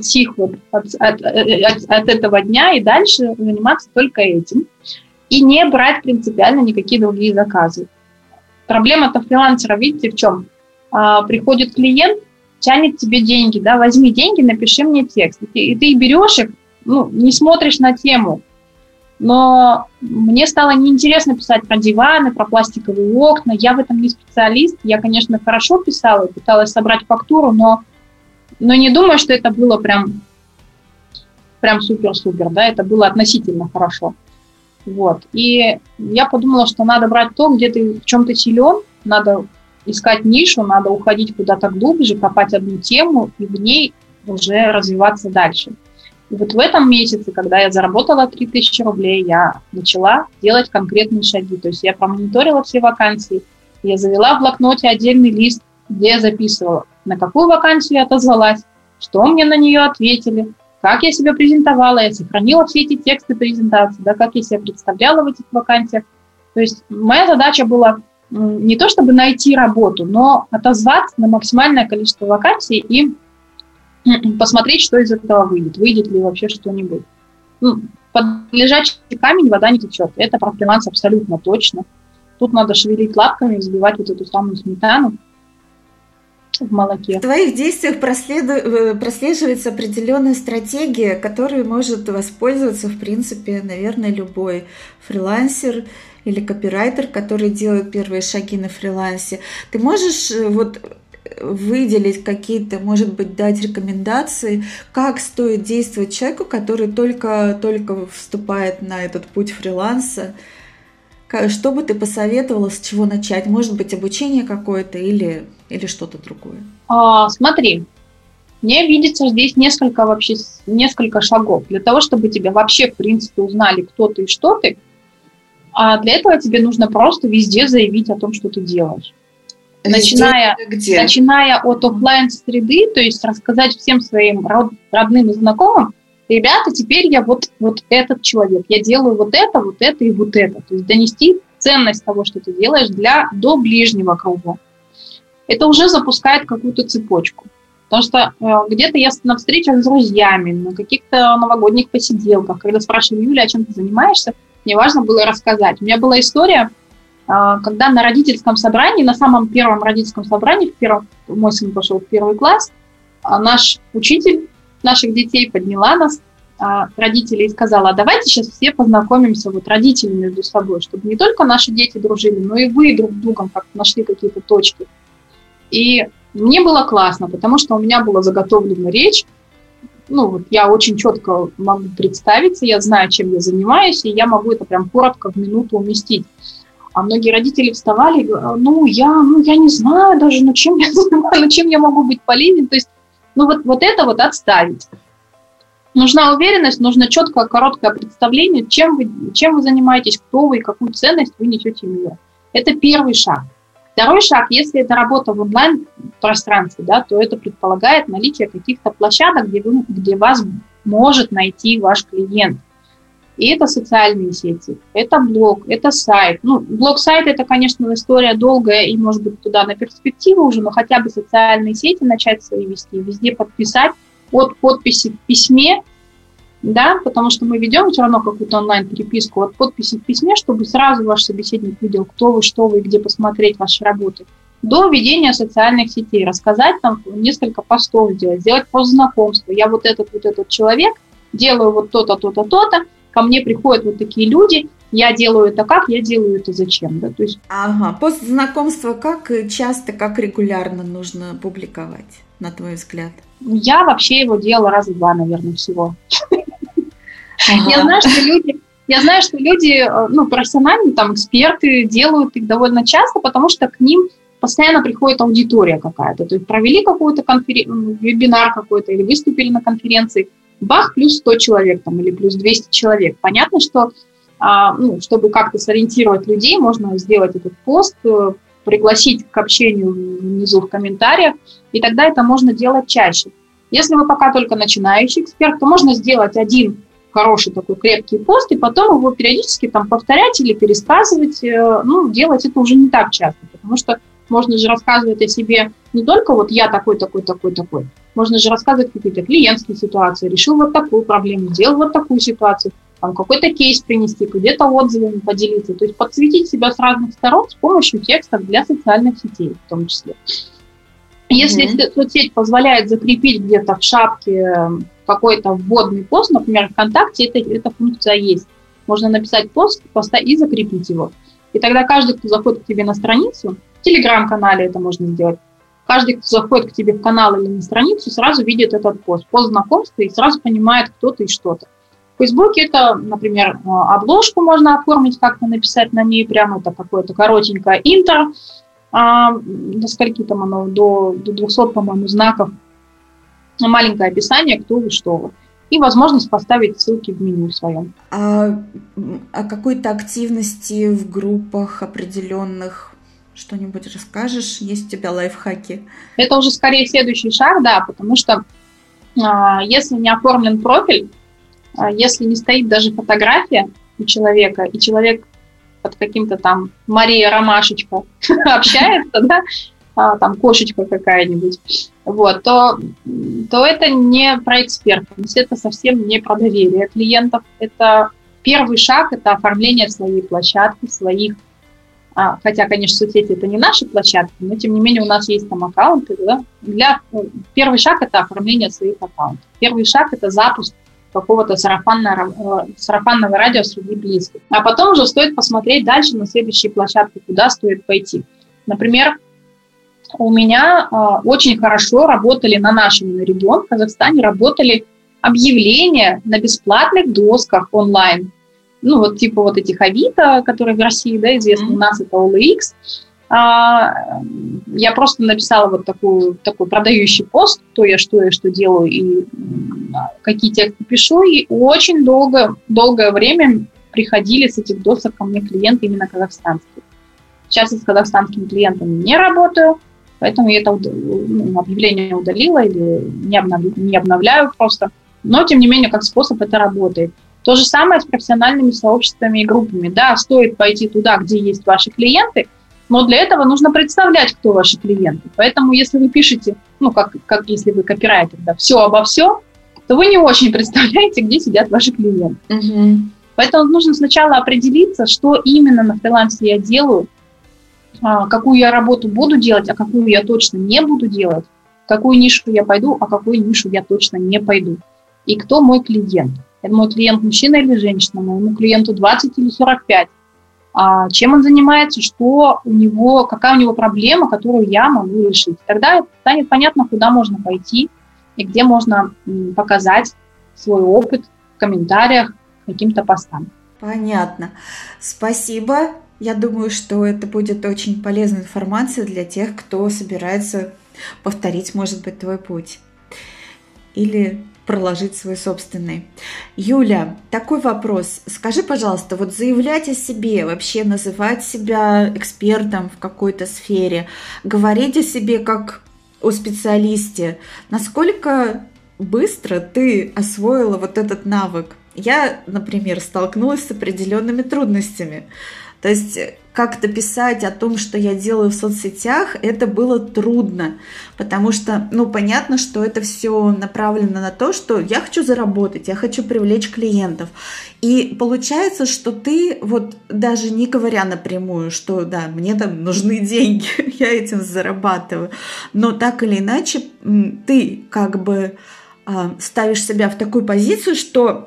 этого дня и дальше заниматься только этим и не брать принципиально никакие другие заказы. Проблема-то фрилансера, видите, в чем? Приходит клиент, тянет тебе деньги, да, возьми деньги, напиши мне текст. И ты берешь их, не смотришь на тему. Но мне стало неинтересно писать про диваны, про пластиковые окна. Я в этом не специалист. Я, конечно, хорошо писала, пыталась собрать фактуру, но не думаю, что это было прям супер-супер, да, это было относительно хорошо. Вот. И я подумала, что надо брать то, где ты в чем-то силен, надо искать нишу, надо уходить куда-то глубже, копать одну тему и в ней уже развиваться дальше. И вот в этом месяце, когда я заработала 3000 рублей, я начала делать конкретные шаги. То есть я промониторила все вакансии, я завела в блокноте отдельный лист, где я записывала, на какую вакансию я отозвалась, что мне на нее ответили, как я себя презентовала, я сохранила все эти тексты презентации, да, как я себя представляла в этих вакансиях. То есть моя задача была не то чтобы найти работу, но отозваться на максимальное количество вакансий и посмотреть, что из этого выйдет, выйдет ли вообще что-нибудь. Под лежачий камень вода не течет. Это про фриланс абсолютно точно. Тут надо шевелить лапками, взбивать вот эту самую сметану в молоке. В твоих действиях прослеживается определенная стратегия, которой может воспользоваться, в принципе, наверное, любой фрилансер или копирайтер, который делает первые шаги на фрилансе. Ты можешь вот выделить какие-то, может быть, дать рекомендации, как стоит действовать человеку, который только вступает на этот путь фриланса? Что бы ты посоветовала, с чего начать? Может быть, обучение какое-то или что-то другое? Смотри, мне видится здесь несколько шагов. Для того, чтобы тебя вообще, в принципе, узнали, кто ты и что ты, для этого тебе нужно просто везде заявить о том, что ты делаешь. Начиная от офлайн-среды, то есть рассказать всем своим родным и знакомым, ребята, теперь я вот этот человек, я делаю вот это и вот это. То есть донести ценность того, что ты делаешь, до ближнего круга. Это уже запускает какую-то цепочку. Потому что где-то я на встречах с друзьями, на каких-то новогодних посиделках, когда спрашивали: Юля, а чем ты занимаешься, мне важно было рассказать. У меня была история, когда на родительском собрании, на самом первом родительском собрании, мой сын пошел в 1 класс, наш учитель наших детей подняла нас, родителей, и сказала: давайте сейчас все познакомимся, родители между собой, чтобы не только наши дети дружили, но и вы друг с другом как нашли какие-то точки. И мне было классно, потому что у меня была заготовлена речь, я очень четко могу представиться, я знаю, чем я занимаюсь, и я могу это прям коротко в минуту уместить. А многие родители вставали и говорят: я не знаю даже, чем я занимаюсь, чем я могу быть полезен. То есть, это отставить. Нужна уверенность, нужно четкое, короткое представление, чем вы занимаетесь, кто вы и какую ценность вы несете миру. Это первый шаг. Второй шаг, если это работа в онлайн-пространстве, то это предполагает наличие каких-то площадок, где вас может найти ваш клиент. И это социальные сети, это блог, это сайт. Блог-сайт – это, конечно, история долгая и, может быть, туда на перспективу уже, но хотя бы социальные сети начать свои вести, везде подписать от подписи в письме, потому что мы ведем все равно какую-то онлайн-переписку, от подписи в письме, чтобы сразу ваш собеседник видел, кто вы, что вы, где посмотреть ваши работы, до ведения социальных сетей, рассказать там несколько постов сделать пост знакомства. Я этот человек, делаю то-то, то-то, то-то, ко мне приходят такие люди, я делаю это как, я делаю это зачем. То есть... Пост знакомства как часто, как регулярно нужно публиковать, на твой взгляд? Я вообще его делала раза 2, наверное, всего. Я знаю, что люди, профессиональные, эксперты делают их довольно часто, потому что к ним постоянно приходит аудитория какая-то. То есть провели какой-то вебинар какой-то или выступили на конференции, бах, плюс 100 человек или плюс 200 человек. Понятно, что чтобы как-то сориентировать людей, можно сделать этот пост, пригласить к общению внизу в комментариях, и тогда это можно делать чаще. Если вы пока только начинающий эксперт, то можно сделать один хороший такой крепкий пост, и потом его периодически повторять или пересказывать, делать это уже не так часто, потому что можно же рассказывать о себе не только я такой. Можно же рассказывать какие-то клиентские ситуации, решил такую проблему, сделал такую ситуацию, какой-то кейс принести, где-то отзывами поделиться, то есть подсветить себя с разных сторон с помощью текстов для социальных сетей в том числе. Если соцсеть позволяет закрепить где-то в шапке какой-то вводный пост, например, ВКонтакте эта функция есть. Можно написать пост и закрепить его. И тогда каждый, кто заходит к тебе на страницу, в Телеграм-канале это можно сделать, каждый, кто заходит к тебе в канал или на страницу, сразу видит этот пост знакомства и сразу понимает, кто ты и что ты. В Фейсбуке это, например, обложку можно оформить, как-то написать на ней прямо это какое-то коротенькое интро, до скольки там оно, до 200, по-моему, знаков, маленькое описание, кто вы, что вы. и возможность поставить ссылки в меню своем. А о какой-то активности в группах определенных что-нибудь расскажешь? Есть у тебя лайфхаки? Это уже скорее следующий шаг, да, потому что если не оформлен профиль, если не стоит даже фотография у человека, и человек под каким-то там Мария Ромашечка общается, да, там кошечка какая-нибудь, вот, то это не про экспертность, это совсем не про доверие клиентов. Это первый шаг, это оформление своей площадки, своих, хотя, конечно, соцсети это не наши площадки, но тем не менее у нас есть там аккаунты, да? Первый шаг это оформление своих аккаунтов. Первый шаг это запуск какого-то сарафанного радио среди близких. А потом уже стоит посмотреть дальше на следующие площадки, куда стоит пойти. Например, у меня очень хорошо работали на нашем регионе, в Казахстане, работали объявления на бесплатных досках онлайн. Ну, вот типа вот этих Авито, которые в России, да, известны, у нас это OLX. Я просто написала вот такой продающий пост, кто я, что делаю и какие тексты пишу, и очень долгое время приходили с этих досок ко мне клиенты именно казахстанские. Сейчас я с казахстанскими клиентами не работаю, поэтому я это объявление удалила или не обновляю просто. Но, тем не менее, как способ это работает. То же самое с профессиональными сообществами и группами. Да, стоит пойти туда, где есть ваши клиенты, но для этого нужно представлять, кто ваши клиенты. Поэтому, если вы пишете, как если вы копирайтер, да, все обо всем, то вы не очень представляете, где сидят ваши клиенты. Угу. Поэтому нужно сначала определиться, что именно на фрилансе я делаю, какую я работу буду делать, а какую я точно не буду делать, в какую нишу я пойду, а какую нишу я точно не пойду. И кто мой клиент. Это мой клиент мужчина или женщина, моему клиенту 20 или 45. Чем он занимается, какая у него проблема, которую я могу решить. Тогда станет понятно, куда можно пойти и где можно показать свой опыт в комментариях, каким-то постам. Понятно. Спасибо. Я думаю, что это будет очень полезная информация для тех, кто собирается повторить, может быть, твой путь. Или проложить свой собственный. Юля, такой вопрос. Скажи, пожалуйста, вот заявлять о себе, вообще называть себя экспертом в какой-то сфере, говорить о себе как о специалисте, насколько быстро ты освоила вот этот навык? Я, например, столкнулась с определенными трудностями. То есть как-то писать о том, что я делаю в соцсетях, это было трудно, потому что, понятно, что это все направлено на то, что я хочу заработать, я хочу привлечь клиентов. И получается, что ты, вот даже не говоря напрямую, что да, мне там нужны деньги, я этим зарабатываю, но так или иначе ты как бы ставишь себя в такую позицию, что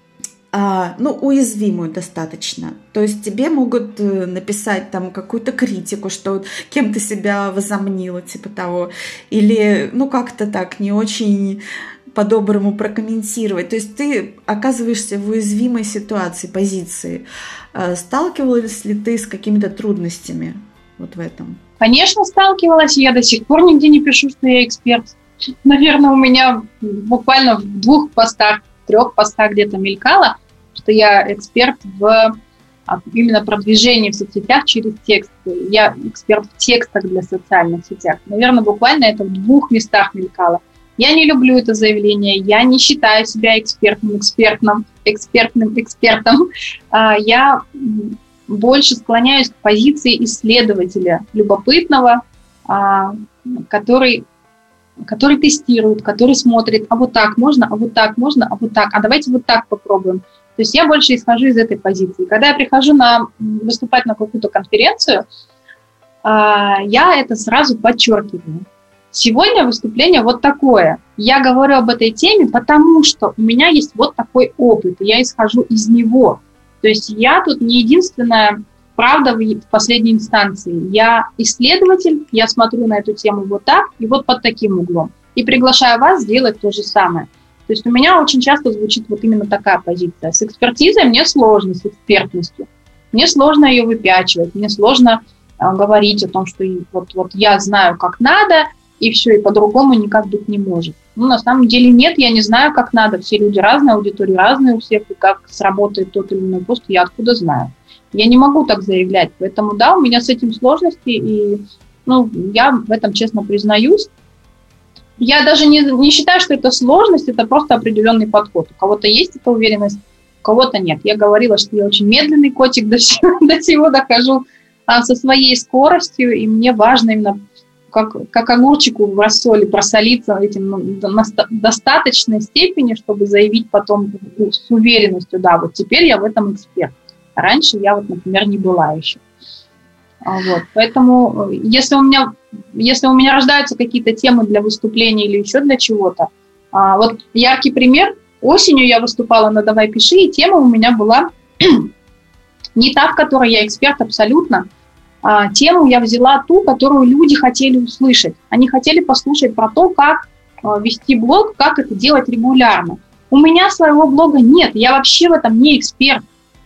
уязвимую достаточно. То есть тебе могут написать там какую-то критику, что кем ты себя возомнила, типа того, или как-то так не очень по-доброму прокомментировать. То есть ты оказываешься в уязвимой ситуации, позиции. Сталкивалась ли ты с какими-то трудностями вот в этом? Конечно, сталкивалась, и я до сих пор нигде не пишу, что я эксперт. Наверное, у меня буквально в 2 постах, 3 постах где-то мелькало, что я эксперт в именно продвижении в соцсетях через текст. Я эксперт в текстах для социальных сетях. Наверное, буквально это в 2 местах мелькало. Я не люблю это заявление, я не считаю себя экспертным. Я больше склоняюсь к позиции исследователя, любопытного, который тестирует, который смотрит, а вот так можно, а вот так можно, а вот так, а давайте вот так попробуем. То есть я больше исхожу из этой позиции. Когда я прихожу выступать на какую-то конференцию, я это сразу подчеркиваю. Сегодня выступление вот такое. Я говорю об этой теме, потому что у меня есть вот такой опыт, и я исхожу из него. То есть я тут не единственная правда в последней инстанции. Я исследователь, я смотрю на эту тему вот так и вот под таким углом. И приглашаю вас сделать то же самое. То есть у меня очень часто звучит вот именно такая позиция. С экспертизой мне сложно, с экспертностью. Мне сложно ее выпячивать, мне сложно говорить о том, что вот я знаю, как надо, и все, и по-другому никак быть не может. Ну, на самом деле нет, я не знаю, как надо. Все люди разные, аудитории разные у всех, и как сработает тот или иной пост, я откуда знаю. Я не могу так заявлять, поэтому да, у меня с этим сложности, и я в этом честно признаюсь. Я даже не считаю, что это сложность, это просто определенный подход. У кого-то есть эта уверенность, у кого-то нет. Я говорила, что я очень медленный котик, до всего дохожу со своей скоростью, и мне важно именно как огурчику в рассоле просолиться этим до достаточной степени, чтобы заявить потом с уверенностью, да, вот теперь я в этом эксперт. Раньше я вот, например, не была еще. Вот. Поэтому если у меня рождаются какие-то темы для выступления или еще для чего-то, вот яркий пример, осенью я выступала на «Давай пиши», и тема у меня была не та, в которой я эксперт абсолютно, тему я взяла ту, которую люди хотели услышать. Они хотели послушать про то, как вести блог, как это делать регулярно. У меня своего блога нет, я вообще в этом не эксперт,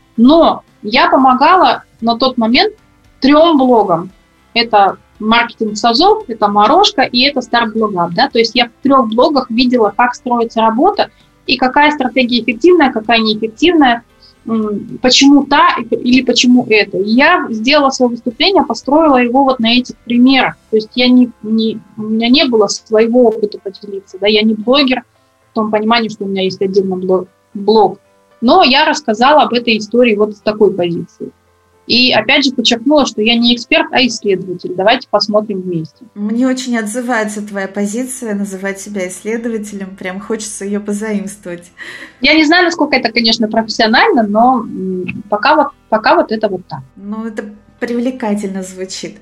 но я помогала на тот момент 3 блогам. Это маркетинг с АЗОВ, это Морошка и это Старт Блогап. Да? То есть я в 3 блогах видела, как строится работа и какая стратегия эффективная, какая неэффективная, почему та или почему это. И я сделала свое выступление, построила его вот на этих примерах. То есть у меня не было своего опыта поделиться. Да? Я не блогер в том понимании, что у меня есть отдельный блог. Но я рассказала об этой истории вот с такой позиции. И опять же подчеркнула, что я не эксперт, а исследователь. Давайте посмотрим вместе. Мне очень отзывается твоя позиция, называть себя исследователем. Прям хочется ее позаимствовать. Я не знаю, насколько это, конечно, профессионально, но пока вот это вот так. Ну, это привлекательно звучит.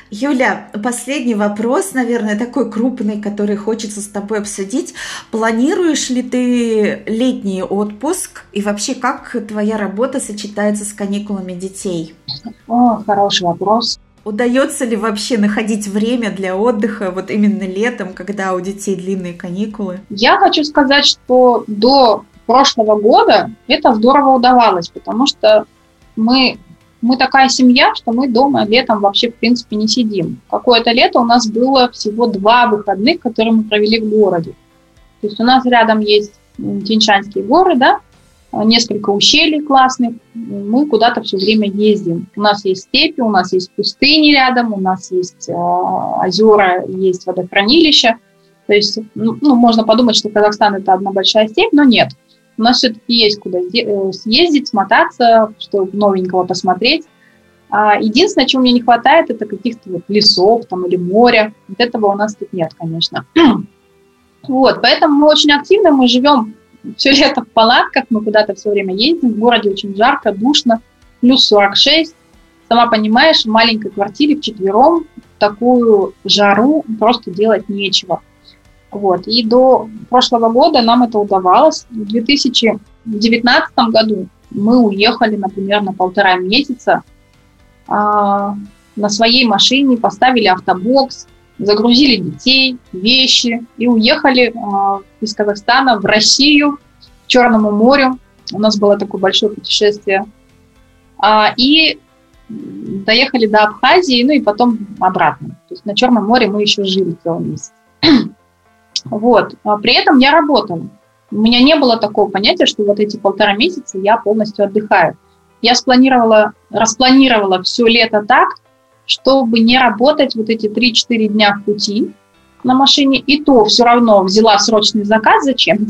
Юля, последний вопрос, наверное, такой крупный, который хочется с тобой обсудить. Планируешь ли ты летний отпуск и вообще как твоя работа сочетается с каникулами детей? О, хороший вопрос. Удается ли вообще находить время для отдыха вот именно летом, когда у детей длинные каникулы? Я хочу сказать, что до прошлого года это здорово удавалось, потому что мы такая семья, что мы дома летом вообще, в принципе, не сидим. Какое-то лето у нас было всего 2 выходных, которые мы провели в городе. То есть у нас рядом есть Тянь-Шанские горы, да, несколько ущелий классных. Мы куда-то все время ездим. У нас есть степи, у нас есть пустыни рядом, у нас есть озера, есть водохранилища. То есть, можно подумать, что Казахстан – это одна большая степь, но нет. У нас все-таки есть куда съездить, смотаться, что новенького посмотреть. Единственное, чего мне не хватает, это каких-то вот лесов там, или моря. Вот этого у нас тут нет, конечно. Вот, поэтому мы очень активно, мы живем все лето в палатках, мы куда-то все время ездим. В городе очень жарко, душно, плюс 46. Сама понимаешь, в маленькой квартире вчетвером такую жару просто делать нечего. Вот. И до прошлого года нам это удавалось. В 2019 году мы уехали, например, на 1,5 месяца на своей машине, поставили автобокс, загрузили детей, вещи и уехали из Казахстана в Россию, к Черному морю. У нас было такое большое путешествие. И доехали до Абхазии, и потом обратно. То есть на Черном море мы еще жили целый месяц. Вот. При этом я работала. У меня не было такого понятия, что вот эти 1,5 месяца я полностью отдыхаю. Я распланировала все лето так, чтобы не работать вот эти 3-4 дня в пути на машине, и то все равно взяла срочный заказ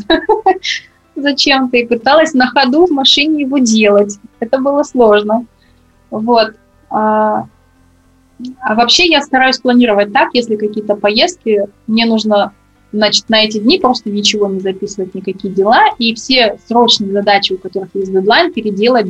зачем-то, и пыталась на ходу в машине его делать. Это было сложно. Вот. А вообще я стараюсь планировать так, если какие-то поездки, мне нужно, значит, на эти дни просто ничего не записывать, никакие дела, и все срочные задачи, у которых есть дедлайн, переделать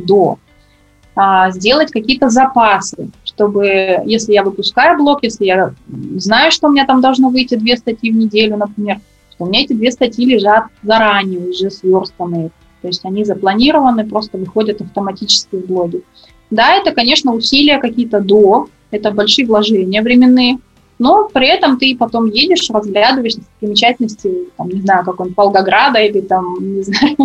сделать какие-то запасы, чтобы, если я выпускаю блог, если я знаю, что у меня там должно выйти 2 статьи в неделю, например, что у меня эти 2 статьи лежат заранее, уже сверстанные, то есть они запланированы, просто выходят автоматически в блоге. Да, это, конечно, усилия какие-то это большие вложения временные, но при этом ты потом едешь, разглядываешь достопримечательности, там, не знаю, какого-нибудь Волгограда или там, не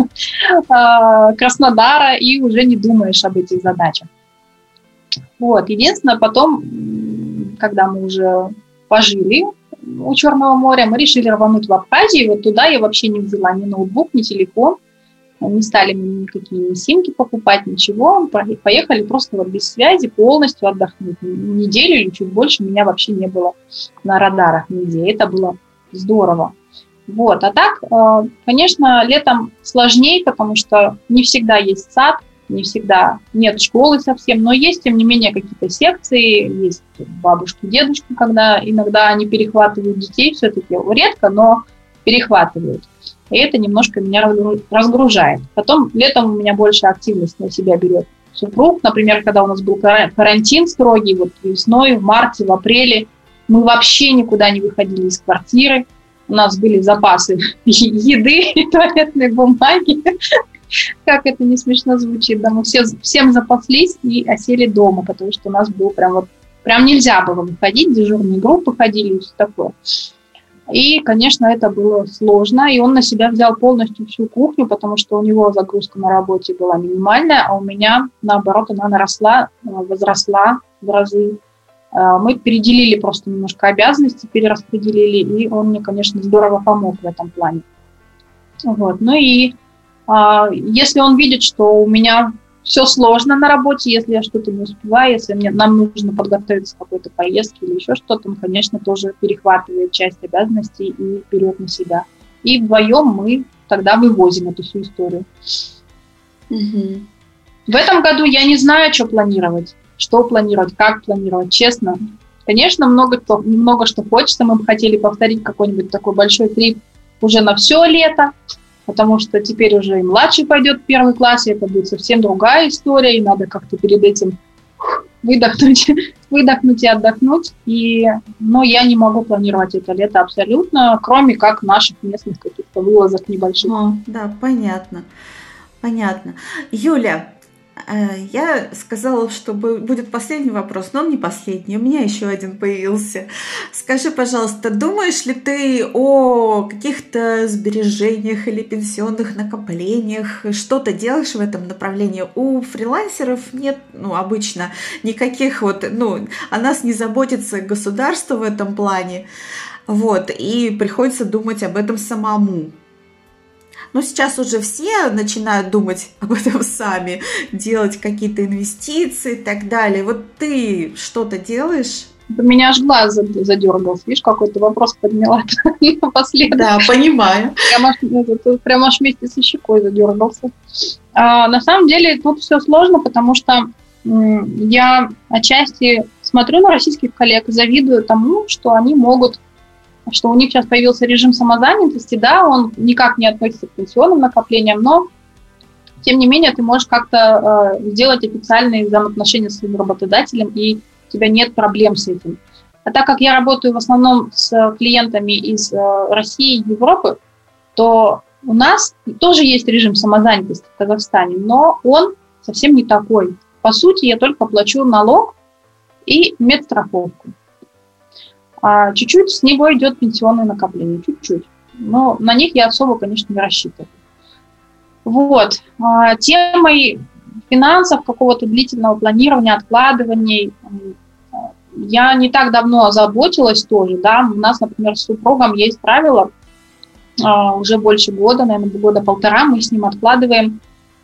знаю, Краснодара, и уже не думаешь об этих задачах. Вот. Единственное, потом, когда мы уже пожили у Черного моря, мы решили рвануть в Абхазию. Вот туда я вообще не взяла ни ноутбук, ни телефон. Не стали мы никакие ни симки покупать, ничего. Поехали просто вот без связи, полностью отдохнуть. Неделю или чуть больше меня вообще не было на радарах нигде. Это было здорово. Вот. А так, конечно, летом сложнее, потому что не всегда есть сад, не всегда нет школы совсем, но есть, тем не менее, какие-то секции, есть бабушки, дедушки, когда иногда они перехватывают детей, все-таки редко, но перехватывают. И это немножко меня разгружает. Потом летом у меня больше активность на себя берет супруг. Например, когда у нас был карантин строгий, вот весной, в марте, в апреле, мы вообще никуда не выходили из квартиры. У нас были запасы еды и туалетной бумаги. Как это не смешно звучит. Да, мы всем запаслись и осели дома, потому что у нас был прям нельзя было выходить, дежурные группы ходили и все такое. И, конечно, это было сложно, и он на себя взял полностью всю кухню, потому что у него загрузка на работе была минимальная, а у меня, наоборот, она возросла в разы. Мы переделили просто немножко обязанности, перераспределили, и он мне, конечно, здорово помог в этом плане. Вот. Ну и если он видит, что у меня все сложно на работе, если я что-то не успеваю, если нам нужно подготовиться к какой-то поездке или еще что-то, он, конечно, тоже перехватывает часть обязанностей и берет на себя. И вдвоем мы тогда вывозим эту всю историю. Угу. В этом году я не знаю, что планировать, как планировать, честно. Конечно, много что хочется. Мы бы хотели повторить какой-нибудь такой большой трип уже на все лето, потому что теперь уже и младший пойдет в 1 класс, и это будет совсем другая история, и надо как-то перед этим выдохнуть и отдохнуть. Но я не могу планировать это лето абсолютно, кроме как наших местных каких-то вылазок небольших. Да, понятно. Юля, я сказала, что будет последний вопрос, но он не последний. У меня еще один появился. Скажи, пожалуйста, думаешь ли ты о каких-то сбережениях или пенсионных накоплениях? Что-то делаешь в этом направлении? У фрилансеров нет, обычно никаких о нас не заботится государство в этом плане. Вот, и приходится думать об этом самому. Но сейчас уже все начинают думать об этом сами, делать какие-то инвестиции и так далее. Вот ты что-то делаешь? У меня аж глаз задергался. Видишь, какой-то вопрос подняла напоследок. Да, понимаю. Прям аж вместе со щекой задергался. На самом деле тут все сложно, потому что я отчасти смотрю на российских коллег и завидую тому, что они могут, что у них сейчас появился режим самозанятости, да, он никак не относится к пенсионным накоплениям, но, тем не менее, ты можешь как-то сделать официальные взаимоотношения с своим работодателем, и у тебя нет проблем с этим. А так как я работаю в основном с клиентами из России и Европы, то у нас тоже есть режим самозанятости в Казахстане, но он совсем не такой. По сути, я только плачу налог и медстраховку. Чуть-чуть с него идет пенсионное накопление, чуть-чуть. Но на них я особо, конечно, не рассчитываю. Вот. Темой финансов, какого-то длительного планирования, откладываний я не так давно озаботилась тоже. Да? У нас, например, с супругом есть правило, уже больше года, наверное, года полтора, мы с ним откладываем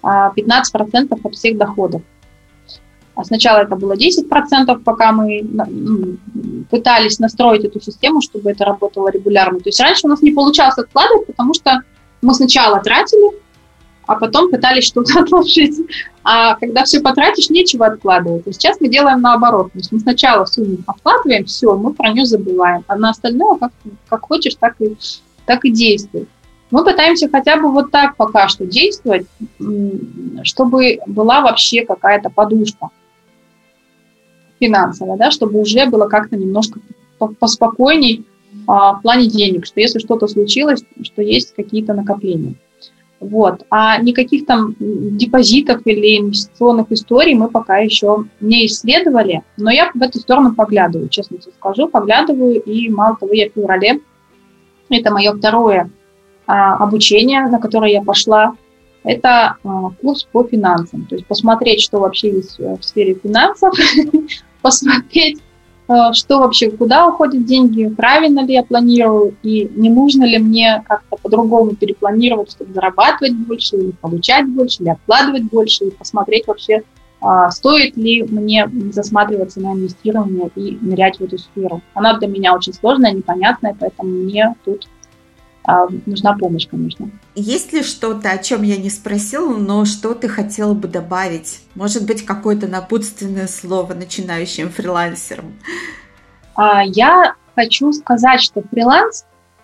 15% от всех доходов. Сначала это было 10%, пока мы пытались настроить эту систему, чтобы это работало регулярно. То есть раньше у нас не получалось откладывать, потому что мы сначала тратили, а потом пытались что-то отложить. А когда все потратишь, нечего откладывать. И сейчас мы делаем наоборот. То есть мы сначала сумму откладываем, все, мы про нее забываем. А на остальное, как хочешь, так и действуй. Мы пытаемся хотя бы вот так пока что действовать, чтобы была вообще какая-то подушка финансовая, да, чтобы уже было как-то немножко поспокойней в плане денег, что если что-то случилось, что есть какие-то накопления. Вот. А никаких там депозитов или инвестиционных историй мы пока еще не исследовали, но я в эту сторону поглядываю, честно тебе скажу, поглядываю, и мало того, я в феврале, это мое второе обучение, на которое я пошла, это курс по финансам, то есть посмотреть, что вообще есть в сфере финансов, посмотреть, что вообще, куда уходят деньги, правильно ли я планирую, и не нужно ли мне как-то по-другому перепланировать, чтобы зарабатывать больше, или получать больше, или откладывать больше, и посмотреть вообще, стоит ли мне засматриваться на инвестирование и нырять в эту сферу. Она для меня очень сложная, непонятная, поэтому мне тут нужна помощь, конечно. Есть ли что-то, о чем я не спросила, но что ты хотела бы добавить? Может быть, какое-то напутственное слово начинающим фрилансерам? Я хочу сказать, что фриланс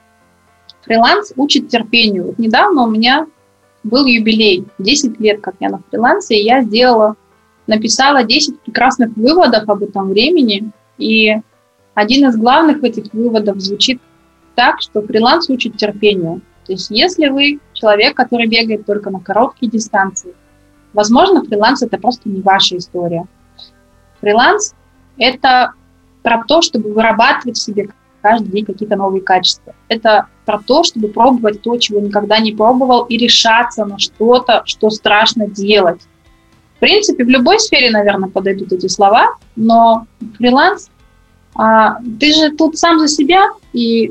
учит терпению. Вот недавно у меня был юбилей, 10 лет, как я на фрилансе, и я написала 10 прекрасных выводов об этом времени, и один из главных этих выводов звучит так, что фриланс учит терпению. То есть если вы человек, который бегает только на короткие дистанции, возможно, фриланс – это просто не ваша история. Фриланс – это про то, чтобы вырабатывать в себе каждый день какие-то новые качества. Это про то, чтобы пробовать то, чего никогда не пробовал, и решаться на что-то, что страшно делать. В принципе, в любой сфере, наверное, подойдут эти слова, но фриланс, ты же тут сам за себя, и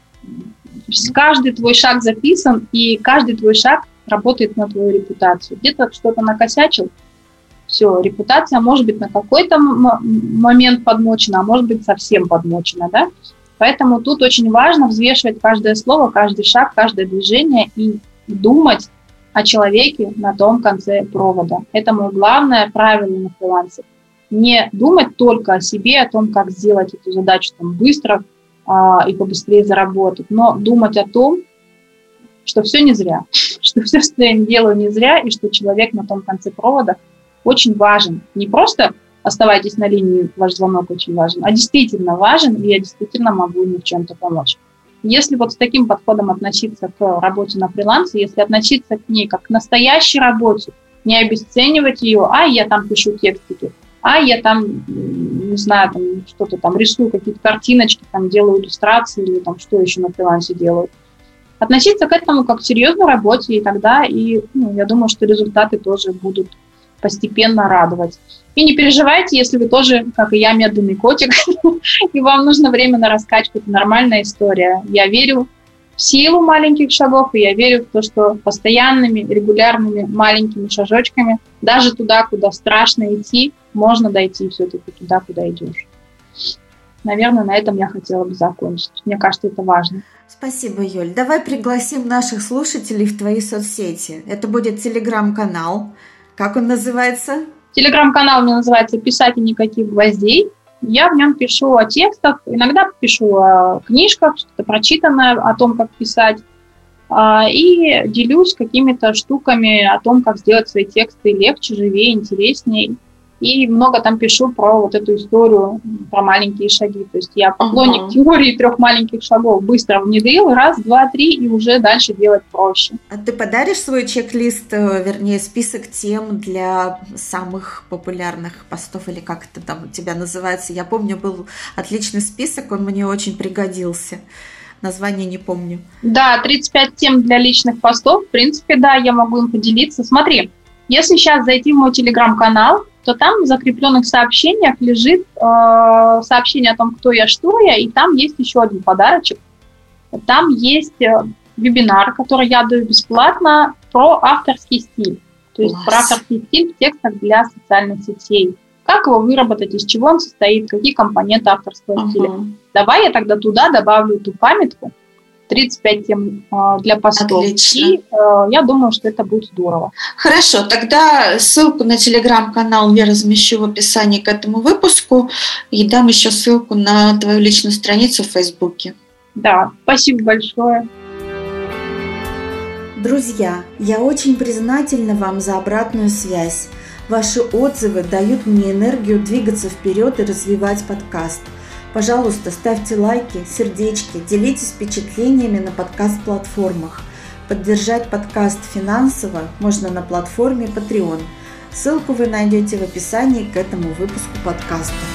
каждый твой шаг записан, и каждый твой шаг работает на твою репутацию. Где-то что-то накосячил, все, репутация может быть на какой-то момент подмочена, а может быть совсем подмочена, да? Поэтому тут очень важно взвешивать каждое слово, каждый шаг, каждое движение и думать о человеке на том конце провода. Это мое главное правило на фрилансе. Не думать только о себе, о том, как сделать эту задачу там быстро и побыстрее заработать, но думать о том, что все не зря, что все, что я делаю, не зря, и что человек на том конце провода очень важен. Не просто оставайтесь на линии, ваш звонок очень важен, а действительно важен, и я действительно могу ему в чем-то помочь. Если вот с таким подходом относиться к работе на фрилансе, если относиться к ней как к настоящей работе, не обесценивать ее, я там пишу текстики, я там, не знаю, там что-то там рисую, какие-то картиночки, там делаю иллюстрации или там что еще на фрилансе делаю. Относиться к этому как к серьезной работе, и тогда, я думаю, что результаты тоже будут постепенно радовать. И не переживайте, если вы тоже, как и я, медленный котик, и вам нужно время на раскачку, это нормальная история. Я верю в силу маленьких шагов, и я верю в то, что постоянными, регулярными, маленькими шажочками, даже туда, куда страшно идти, можно дойти все-таки туда, куда идешь. Наверное, на этом я хотела бы закончить. Мне кажется, это важно. Спасибо, Юль. Давай пригласим наших слушателей в твои соцсети. Это будет телеграм-канал. Как он называется? Телеграм-канал у меня называется «Писать и никаких гвоздей». Я в нем пишу о текстах, иногда пишу о книжках, что-то прочитанное о том, как писать, и делюсь какими-то штуками о том, как сделать свои тексты легче, живее, интереснее. И много там пишу про вот эту историю, про маленькие шаги. То есть я поклонник теории 3 маленьких шагов. Быстро внедрил, 1, 2, 3, и уже дальше делать проще. А ты подаришь свой чек-лист, вернее, список тем для самых популярных постов, или как это там у тебя называется? Я помню, был отличный список, он мне очень пригодился. Название не помню. Да, 35 тем для личных постов. В принципе, да, я могу им поделиться. Смотри, если сейчас зайти в мой телеграм-канал, то там в закрепленных сообщениях лежит сообщение о том, кто я, что я, и там есть еще один подарочек. Там есть вебинар, который я даю бесплатно про авторский стиль. То есть про авторский стиль в текстах для социальных сетей. Как его выработать, из чего он состоит, какие компоненты авторского стиля. Давай я тогда туда добавлю эту памятку, 35 тем для постов. Отлично. И я думаю, что это будет здорово. Хорошо, тогда ссылку на телеграм-канал я размещу в описании к этому выпуску и дам еще ссылку на твою личную страницу в Фейсбуке. Да, спасибо большое. Друзья, я очень признательна вам за обратную связь. Ваши отзывы дают мне энергию двигаться вперед и развивать подкаст. Пожалуйста, ставьте лайки, сердечки, делитесь впечатлениями на подкаст-платформах. Поддержать подкаст финансово можно на платформе Patreon. Ссылку вы найдете в описании к этому выпуску подкаста.